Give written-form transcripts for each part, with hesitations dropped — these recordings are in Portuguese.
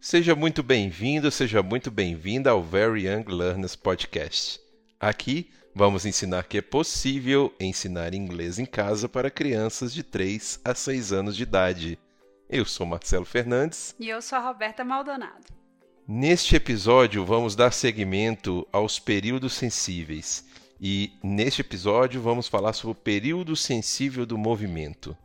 Seja muito bem-vindo, seja muito bem-vinda ao Very Young Learners Podcast. Aqui vamos ensinar que é possível ensinar inglês em casa para crianças de 3 a 6 anos de idade. Eu sou Marcelo Fernandes. E eu sou a Roberta Maldonado. Neste episódio vamos dar seguimento aos períodos sensíveis. E neste episódio vamos falar sobre o período sensível do movimento.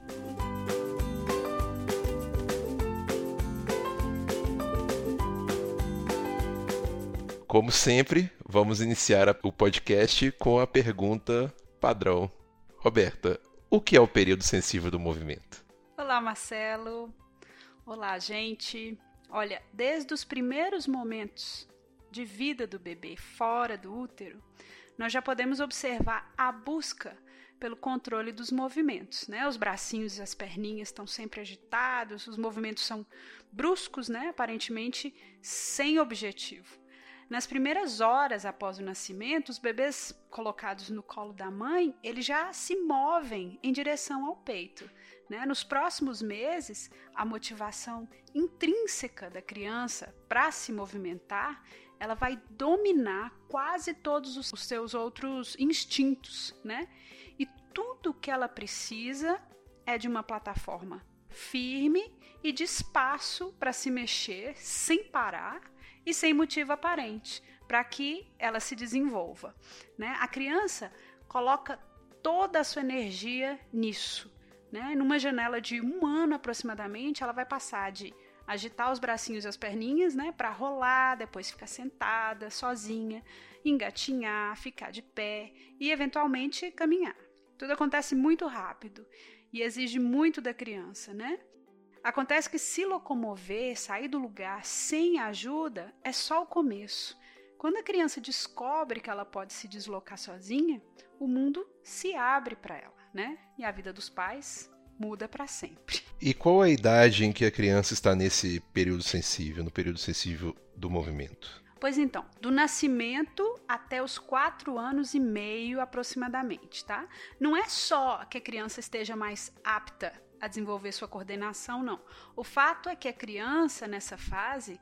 Como sempre, vamos iniciar o podcast com a pergunta padrão. Roberta, o que é o período sensível do movimento? Olá, Marcelo. Olá, gente. Olha, desde os primeiros momentos de vida do bebê fora do útero, nós já podemos observar a busca pelo controle dos movimentos, né? Os bracinhos e as perninhas estão sempre agitados, os movimentos são bruscos, né? Aparentemente sem objetivo. Nas primeiras horas após o nascimento, os bebês colocados no colo da mãe, eles já se movem em direção ao peito, né? Nos próximos meses, a motivação intrínseca da criança para se movimentar, ela vai dominar quase todos os seus outros instintos, né? E tudo que ela precisa é de uma plataforma firme e de espaço para se mexer sem parar e sem motivo aparente, para que ela se desenvolva, né? A criança coloca toda a sua energia nisso, né? Numa janela de 1 ano aproximadamente, ela vai passar de agitar os bracinhos e as perninhas, né, para rolar, depois ficar sentada, sozinha, engatinhar, ficar de pé e eventualmente caminhar. Tudo acontece muito rápido e exige muito da criança, né? Acontece que se locomover, sair do lugar sem ajuda, é só o começo. Quando a criança descobre que ela pode se deslocar sozinha, o mundo se abre para ela, né? E a vida dos pais muda para sempre. E qual a idade em que a criança está nesse período sensível, no período sensível do movimento? Pois então, do nascimento até os 4 anos e meio aproximadamente, tá? Não é só que a criança esteja mais apta a desenvolver sua coordenação, não. O fato é que a criança, nessa fase,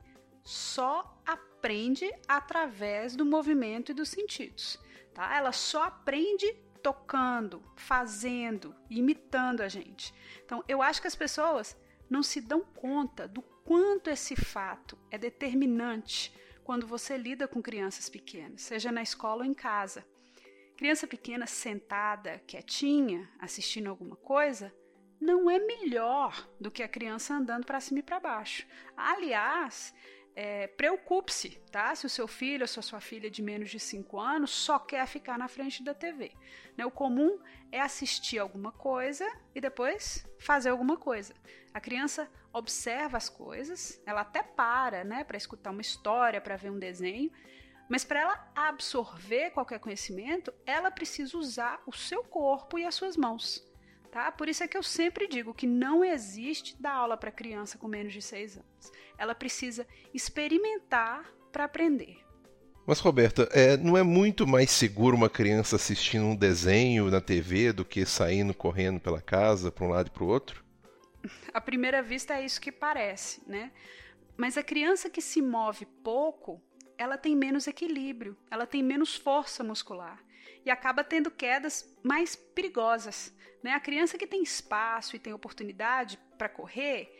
só aprende através do movimento e dos sentidos, tá? Ela só aprende tocando, fazendo, imitando a gente. Então, eu acho que as pessoas não se dão conta do quanto esse fato é determinante quando você lida com crianças pequenas, seja na escola ou em casa. Criança pequena sentada, quietinha, assistindo alguma coisa, não é melhor do que a criança andando para cima e para baixo. Aliás, preocupe-se, tá? Se o seu filho ou se a sua filha de menos de 5 anos só quer ficar na frente da TV. Né? O comum é assistir alguma coisa e depois fazer alguma coisa. A criança observa as coisas, ela até para, né, para escutar uma história, para ver um desenho, mas para ela absorver qualquer conhecimento, ela precisa usar o seu corpo e as suas mãos. Tá? Por isso é que eu sempre digo que não existe dar aula para criança com menos de 6 anos. Ela precisa experimentar para aprender. Mas, Roberta, não é muito mais seguro uma criança assistindo um desenho na TV do que saindo correndo pela casa para um lado e para o outro? À primeira vista é isso que parece, né? Mas a criança que se move pouco, ela tem menos equilíbrio, ela tem menos força muscular e acaba tendo quedas mais perigosas, né? A criança que tem espaço e tem oportunidade para correr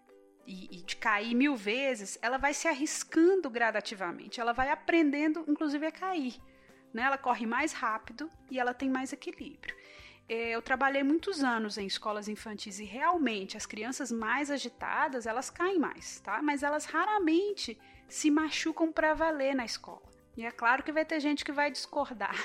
e de cair 1000 vezes, ela vai se arriscando gradativamente, ela vai aprendendo, inclusive, a cair, né? Ela corre mais rápido e ela tem mais equilíbrio. Eu trabalhei muitos anos em escolas infantis e realmente as crianças mais agitadas, elas caem mais, tá? Mas elas raramente se machucam para valer na escola. E é claro que vai ter gente que vai discordar,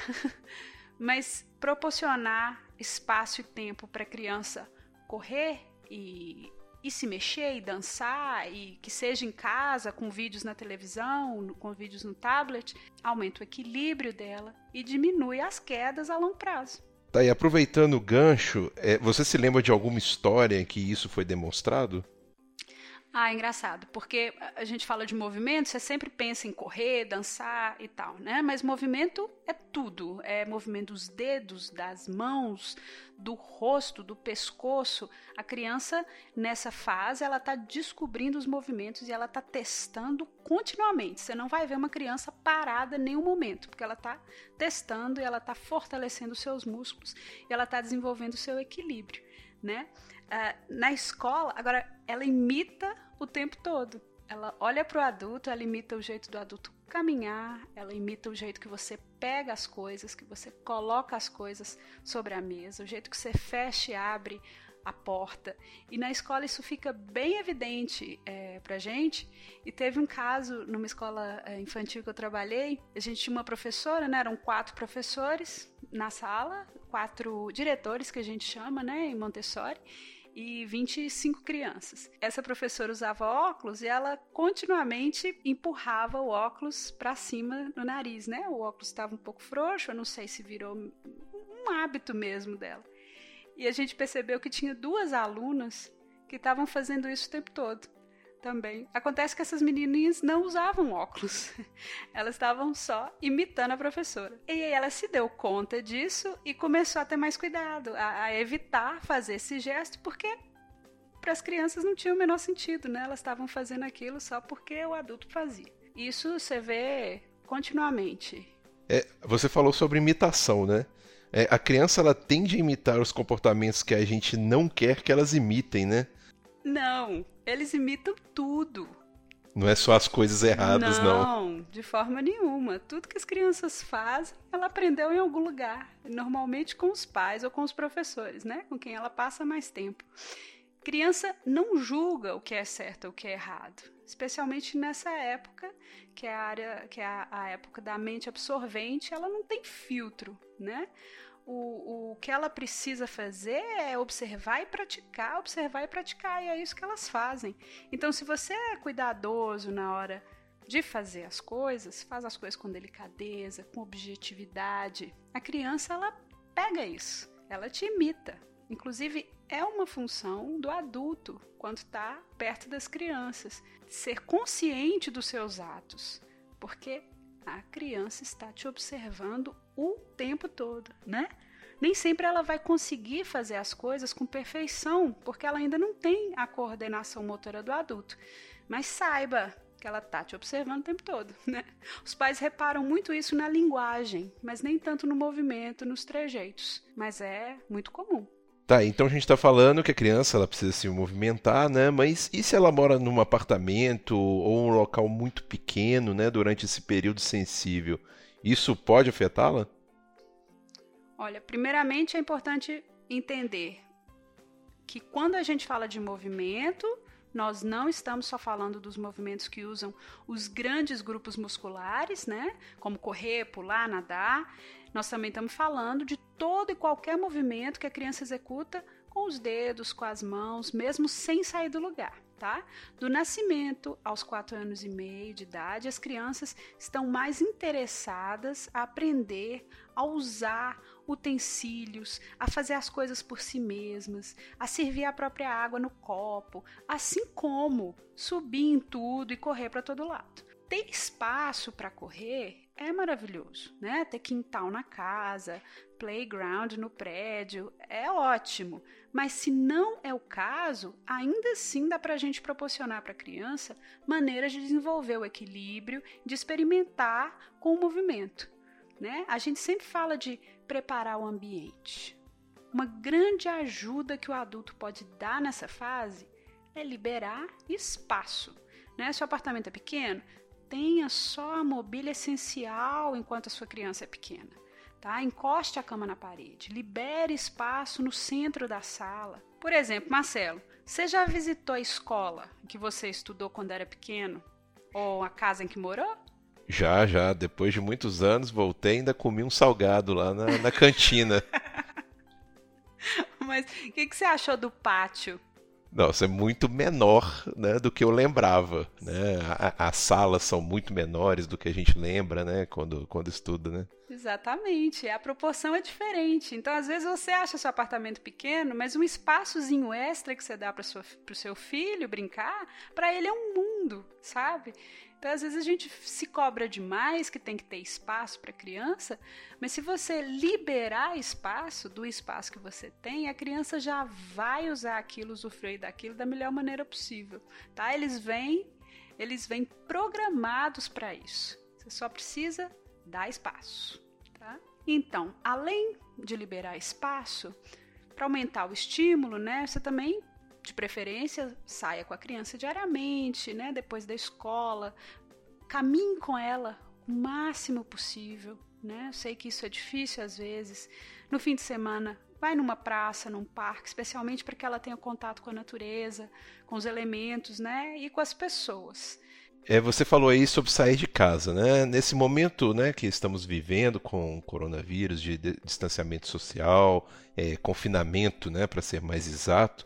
mas proporcionar espaço e tempo para a criança correr e se mexer e dançar, e que seja em casa, com vídeos na televisão, com vídeos no tablet, aumenta o equilíbrio dela e diminui as quedas a longo prazo. Tá, e aproveitando o gancho, você se lembra de alguma história em que isso foi demonstrado? Ah, engraçado, porque a gente fala de movimento, você sempre pensa em correr, dançar e tal, né? Mas movimento é tudo, é movimento dos dedos, das mãos, do rosto, do pescoço. A criança, nessa fase, ela está descobrindo os movimentos e ela está testando continuamente. Você não vai ver uma criança parada em nenhum momento, porque ela está testando e ela está fortalecendo os seus músculos e ela está desenvolvendo o seu equilíbrio, né? Na escola, agora, ela imita o tempo todo. Ela olha para o adulto, ela imita o jeito do adulto caminhar, ela imita o jeito que você pega as coisas, que você coloca as coisas sobre a mesa, o jeito que você fecha e abre a porta. E na escola isso fica bem evidente pra gente. E teve um caso numa escola infantil que eu trabalhei, a gente tinha uma professora, né? Eram 4 professores na sala, 4 diretores que a gente chama, né, em Montessori, e 25 crianças. Essa professora usava óculos e ela continuamente empurrava o óculos para cima no nariz, né? O óculos estava um pouco frouxo, eu não sei se virou um hábito mesmo dela. E a gente percebeu que tinha 2 alunas que estavam fazendo isso o tempo todo também. Acontece que essas menininhas não usavam óculos. Elas estavam só imitando a professora. E aí ela se deu conta disso e começou a ter mais cuidado, a evitar fazer esse gesto, porque para as crianças não tinha o menor sentido, né? Elas estavam fazendo aquilo só porque o adulto fazia. Isso você vê continuamente. Você falou sobre imitação, né? A criança ela tende a imitar os comportamentos que a gente não quer que elas imitem, né? Não, eles imitam tudo. Não é só as coisas erradas, não. Não, de forma nenhuma. Tudo que as crianças fazem, ela aprendeu em algum lugar. Normalmente com os pais ou com os professores, né? Com quem ela passa mais tempo. Criança não julga o que é certo ou o que é errado. Especialmente nessa época, que é a época da mente absorvente, ela não tem filtro, né? O que ela precisa fazer é observar e praticar, e é isso que elas fazem. Então, se você é cuidadoso na hora de fazer as coisas, faz as coisas com delicadeza, com objetividade, a criança, ela pega isso, ela te imita. Inclusive, é uma função do adulto, quando está perto das crianças, ser consciente dos seus atos, porque a criança está te observando o tempo todo, né? Nem sempre ela vai conseguir fazer as coisas com perfeição, porque ela ainda não tem a coordenação motora do adulto. Mas saiba que ela está te observando o tempo todo, né? Os pais reparam muito isso na linguagem, mas nem tanto no movimento, nos trejeitos. Mas é muito comum. Tá, então a gente está falando que a criança ela precisa se movimentar, né? Mas e se ela mora num apartamento ou um local muito pequeno, né? Durante esse período sensível, isso pode afetá-la? Olha, primeiramente é importante entender que quando a gente fala de movimento, nós não estamos só falando dos movimentos que usam os grandes grupos musculares, né? Como correr, pular, nadar. Nós também estamos falando de todo e qualquer movimento que a criança executa com os dedos, com as mãos, mesmo sem sair do lugar, tá? Do nascimento aos 4 anos e meio de idade, as crianças estão mais interessadas a aprender a usar utensílios, a fazer as coisas por si mesmas, a servir a própria água no copo, assim como subir em tudo e correr para todo lado. Ter espaço para correr é maravilhoso, né? Ter quintal na casa, playground no prédio, é ótimo. Mas se não é o caso, ainda assim dá para a gente proporcionar para a criança maneiras de desenvolver o equilíbrio, de experimentar com o movimento, né? A gente sempre fala de preparar o ambiente. Uma grande ajuda que o adulto pode dar nessa fase é liberar espaço, né? Se o apartamento é pequeno, tenha só a mobília essencial enquanto a sua criança é pequena, tá? Encoste a cama na parede, libere espaço no centro da sala. Por exemplo, Marcelo, você já visitou a escola que você estudou quando era pequeno? Ou a casa em que morou? Já. Depois de muitos anos, voltei e ainda comi um salgado lá na cantina. Mas o que você achou do pátio? Nossa, é muito menor, né, do que eu lembrava, né? As salas são muito menores do que a gente lembra, né, quando estuda, né? Exatamente, a proporção é diferente. Então, às vezes, você acha seu apartamento pequeno, mas um espaçozinho extra que você dá para o seu filho brincar, para ele é um mundo, sabe? Então, às vezes, a gente se cobra demais que tem que ter espaço para a criança, mas se você liberar espaço do espaço que você tem, a criança já vai usar aquilo, usufruir daquilo da melhor maneira possível, tá? Eles vêm programados para isso. Você só precisa dar espaço, tá? Então, além de liberar espaço, para aumentar o estímulo, né, você também, de preferência, saia com a criança diariamente, né, depois da escola, caminhe com ela o máximo possível, né? Eu sei que isso é difícil às vezes. No fim de semana, vai numa praça, num parque, especialmente para que ela tenha contato com a natureza, com os elementos, né, e com as pessoas. Você falou aí sobre sair de casa, né? Nesse momento, né, que estamos vivendo com coronavírus, de distanciamento social, confinamento, né, para ser mais exato,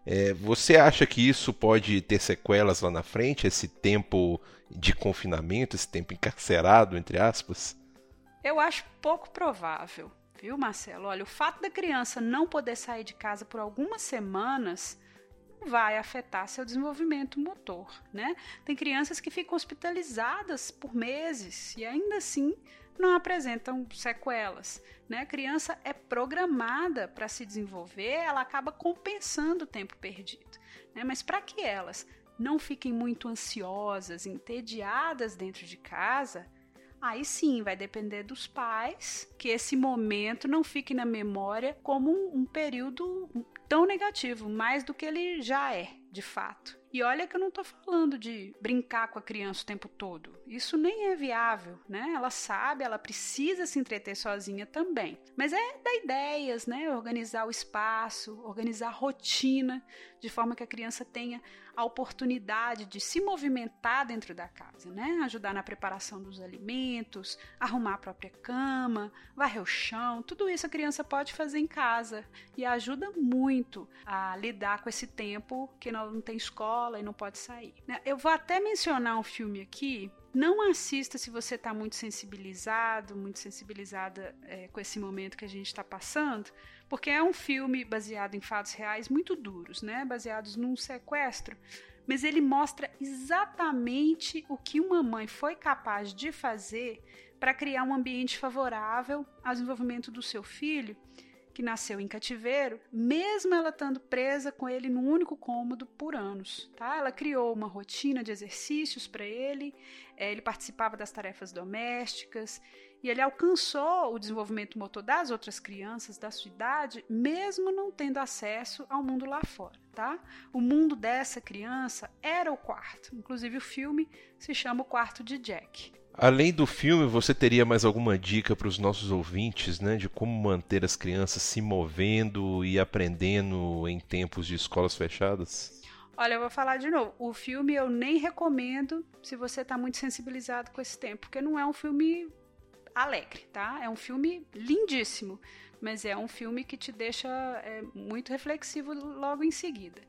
você acha que isso pode ter sequelas lá na frente, esse tempo de confinamento, esse tempo encarcerado, entre aspas? Eu acho pouco provável, viu, Marcelo? Olha, o fato da criança não poder sair de casa por algumas semanas vai afetar seu desenvolvimento motor, né? Tem crianças que ficam hospitalizadas por meses e ainda assim não apresentam sequelas, né? A criança é programada para se desenvolver, ela acaba compensando o tempo perdido, né? Mas para que elas não fiquem muito ansiosas, entediadas dentro de casa, aí sim vai depender dos pais que esse momento não fique na memória como um período tão negativo, mais do que ele já é, de fato. E olha que eu não estou falando de brincar com a criança o tempo todo. Isso nem é viável, né? Ela sabe, ela precisa se entreter sozinha também. Mas é dar ideias, né? Organizar o espaço, organizar a rotina, de forma que a criança tenha a oportunidade de se movimentar dentro da casa, né? Ajudar na preparação dos alimentos, arrumar a própria cama, varrer o chão, tudo isso a criança pode fazer em casa e ajuda muito a lidar com esse tempo que não tem escola e não pode sair, né? Eu vou até mencionar um filme aqui. Não assista se você está muito sensibilizado, muito sensibilizada com esse momento que a gente está passando, porque é um filme baseado em fatos reais muito duros, né? Baseados num sequestro, mas ele mostra exatamente o que uma mãe foi capaz de fazer para criar um ambiente favorável ao desenvolvimento do seu filho, que nasceu em cativeiro, mesmo ela estando presa com ele num único cômodo por anos, tá? Ela criou uma rotina de exercícios para ele, ele participava das tarefas domésticas e ele alcançou o desenvolvimento motor das outras crianças da sua idade, mesmo não tendo acesso ao mundo lá fora, tá? O mundo dessa criança era o quarto, inclusive o filme se chama O Quarto de Jack. Além do filme, você teria mais alguma dica para os nossos ouvintes, né, de como manter as crianças se movendo e aprendendo em tempos de escolas fechadas? Olha, eu vou falar de novo. O filme eu nem recomendo se você está muito sensibilizado com esse tempo, porque não é um filme alegre, tá? É um filme lindíssimo, mas é um filme que te deixa muito reflexivo logo em seguida.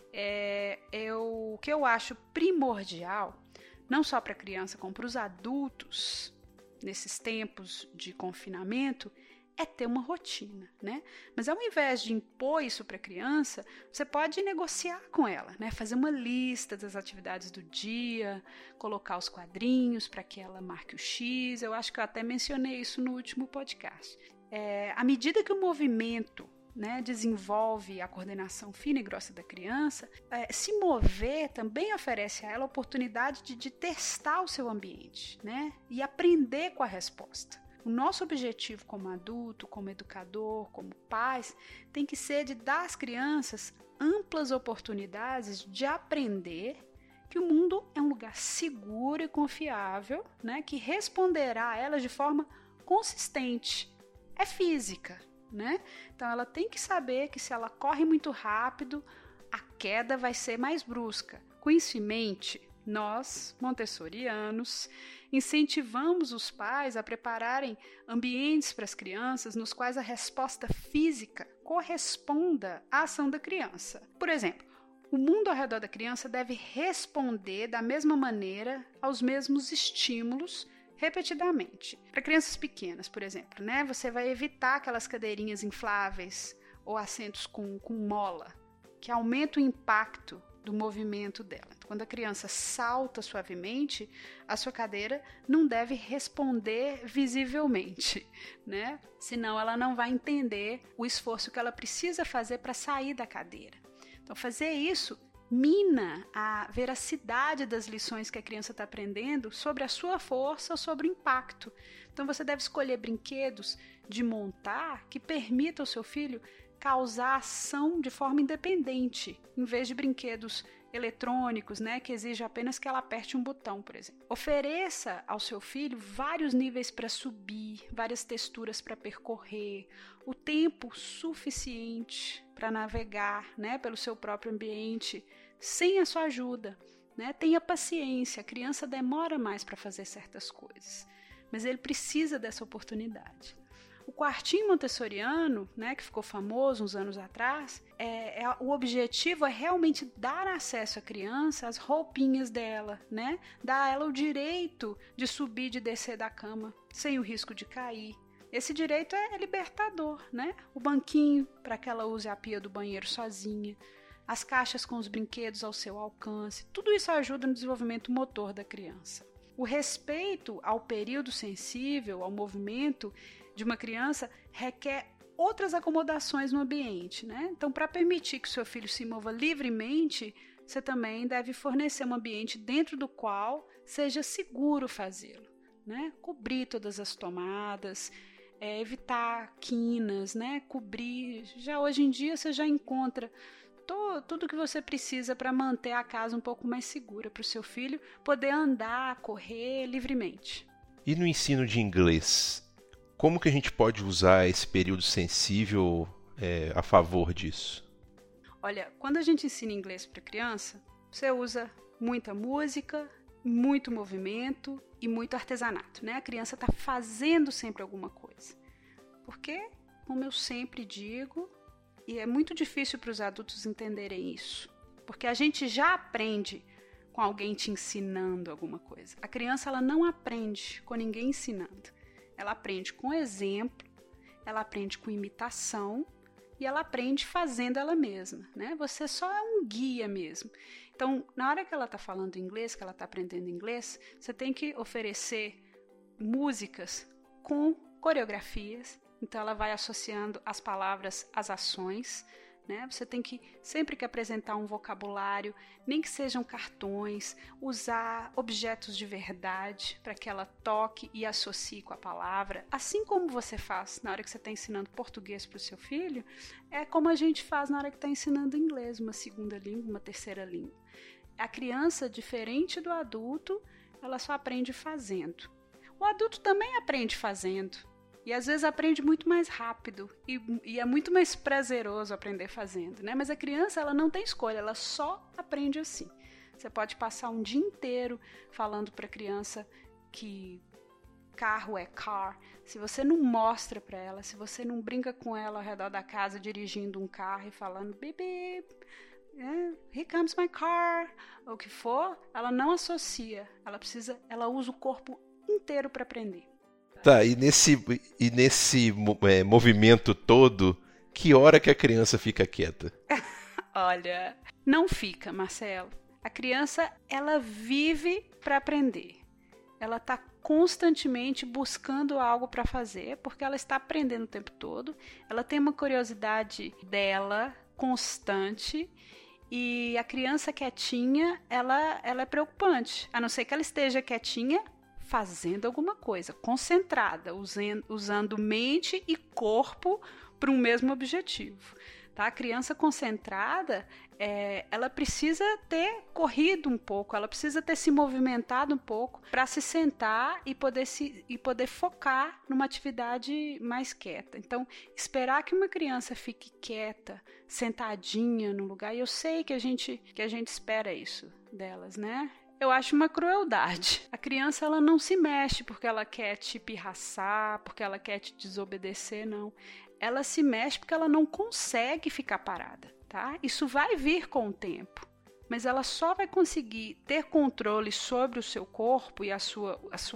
O que eu acho primordial, não só para a criança, como para os adultos, nesses tempos de confinamento, é ter uma rotina, né? Mas ao invés de impor isso para a criança, você pode negociar com ela, né? Fazer uma lista das atividades do dia, colocar os quadrinhos para que ela marque o X. Eu acho que eu até mencionei isso no último podcast. À medida que o movimento, né, desenvolve a coordenação fina e grossa da criança, se mover também oferece a ela a oportunidade de testar o seu ambiente, né, e aprender com a resposta. O nosso objetivo como adulto, como educador, como pais, tem que ser de dar às crianças amplas oportunidades de aprender que o mundo é um lugar seguro e confiável, né, que responderá a elas de forma consistente. É física, né? Então ela tem que saber que se ela corre muito rápido, a queda vai ser mais brusca. Com isso em mente, nós, montessorianos, incentivamos os pais a prepararem ambientes para as crianças nos quais a resposta física corresponda à ação da criança. Por exemplo, o mundo ao redor da criança deve responder da mesma maneira aos mesmos estímulos repetidamente. Para crianças pequenas, por exemplo, né? Você vai evitar aquelas cadeirinhas infláveis ou assentos com mola, que aumenta o impacto do movimento dela. Quando a criança salta suavemente, a sua cadeira não deve responder visivelmente, né? Senão ela não vai entender o esforço que ela precisa fazer para sair da cadeira. Então, fazer isso mina a veracidade das lições que a criança está aprendendo sobre a sua força ou sobre o impacto. Então, você deve escolher brinquedos de montar que permitam ao seu filho causar ação de forma independente, em vez de brinquedos eletrônicos, né, que exigem apenas que ela aperte um botão, por exemplo. Ofereça ao seu filho vários níveis para subir, várias texturas para percorrer, o tempo suficiente para navegar, né, pelo seu próprio ambiente, sem a sua ajuda, né? Tenha paciência, a criança demora mais para fazer certas coisas, mas ele precisa dessa oportunidade. O quartinho montessoriano, né, que ficou famoso uns anos atrás, o objetivo é realmente dar acesso à criança às roupinhas dela, né? Dar a ela o direito de subir e de descer da cama, sem o risco de cair. Esse direito é libertador, né? O banquinho para que ela use a pia do banheiro sozinha, as caixas com os brinquedos ao seu alcance, tudo isso ajuda no desenvolvimento motor da criança. O respeito ao período sensível, ao movimento de uma criança, requer outras acomodações no ambiente, né? Então, para permitir que o seu filho se mova livremente, você também deve fornecer um ambiente dentro do qual seja seguro fazê-lo, né? Cobrir todas as tomadas, evitar quinas, né? Cobrir. Já hoje em dia você já encontra tudo que você precisa para manter a casa um pouco mais segura para o seu filho poder andar, correr livremente. E no ensino de inglês, como que a gente pode usar esse período sensível a favor disso? Olha, quando a gente ensina inglês para criança, você usa muita música, muito movimento e muito artesanato, né? A criança está fazendo sempre alguma coisa. Porque, como eu sempre digo, e é muito difícil para os adultos entenderem isso, porque a gente já aprende com alguém te ensinando alguma coisa. A criança ela não aprende com ninguém ensinando. Ela aprende com exemplo, ela aprende com imitação e ela aprende fazendo ela mesma, né? Você só é um guia mesmo. Então, na hora que ela está falando inglês, que ela está aprendendo inglês, você tem que oferecer músicas com coreografias. Então, ela vai associando as palavras às ações, né? Você tem que, sempre que apresentar um vocabulário, nem que sejam cartões, usar objetos de verdade para que ela toque e associe com a palavra. Assim como você faz na hora que você está ensinando português para o seu filho, é como a gente faz na hora que está ensinando inglês, uma segunda língua, uma terceira língua. A criança, diferente do adulto, ela só aprende fazendo. O adulto também aprende fazendo. E às vezes aprende muito mais rápido e é muito mais prazeroso aprender fazendo, né? Mas a criança ela não tem escolha, ela só aprende assim. Você pode passar um dia inteiro falando para a criança que carro é car. Se você não mostra para ela, se você não brinca com ela ao redor da casa dirigindo um carro e falando bebê, here comes my car, ou o que for, ela não associa. Ela usa o corpo inteiro para aprender. Tá, e nesse movimento todo, que hora que a criança fica quieta? Olha, não fica, Marcelo. A criança, ela vive para aprender. Ela está constantemente buscando algo para fazer, porque ela está aprendendo o tempo todo. Ela tem uma curiosidade dela constante. E a criança quietinha, ela é preocupante. A não ser que ela esteja quietinha fazendo alguma coisa, concentrada, usando mente e corpo para um mesmo objetivo. Tá? A criança concentrada, ela precisa ter corrido um pouco, ela precisa ter se movimentado um pouco para se sentar e poder focar numa atividade mais quieta. Então, esperar que uma criança fique quieta, sentadinha no lugar, e eu sei que a gente espera isso delas, né? Eu acho uma crueldade. A criança ela não se mexe porque ela quer te pirraçar, porque ela quer te desobedecer, não. Ela se mexe porque ela não consegue ficar parada, tá? Isso vai vir com o tempo, mas ela só vai conseguir ter controle sobre o seu corpo e a sua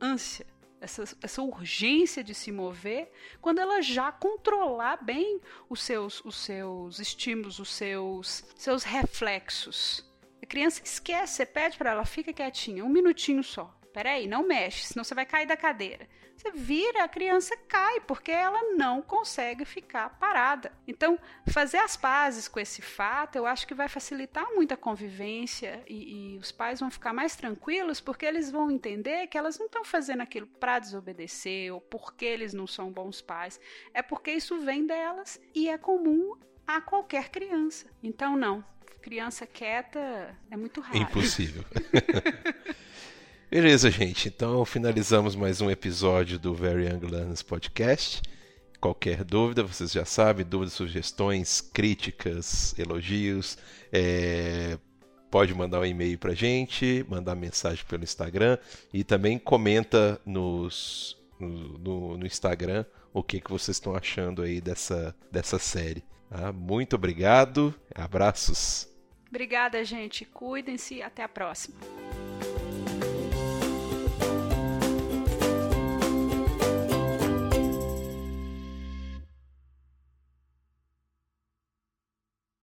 ânsia, essa urgência de se mover, quando ela já controlar bem os seus estímulos, os seus reflexos. A criança esquece, você pede para ela, fica quietinha, 1 minutinho só. Peraí, não mexe, senão você vai cair da cadeira. Você vira, a criança cai, porque ela não consegue ficar parada. Então, fazer as pazes com esse fato, eu acho que vai facilitar muito a convivência e os pais vão ficar mais tranquilos, porque eles vão entender que elas não estão fazendo aquilo para desobedecer ou porque eles não são bons pais. É porque isso vem delas e é comum a qualquer criança. Então, não. Criança quieta é muito raro. Impossível. Beleza, gente. Então, finalizamos mais um episódio do Very Young Learners Podcast. Qualquer dúvida, vocês já sabem, dúvidas, sugestões, críticas, elogios, pode mandar um e-mail pra gente, mandar mensagem pelo Instagram e também comenta no Instagram o que vocês estão achando aí dessa série. Tá? Muito obrigado, abraços. Obrigada, gente. Cuidem-se e até a próxima.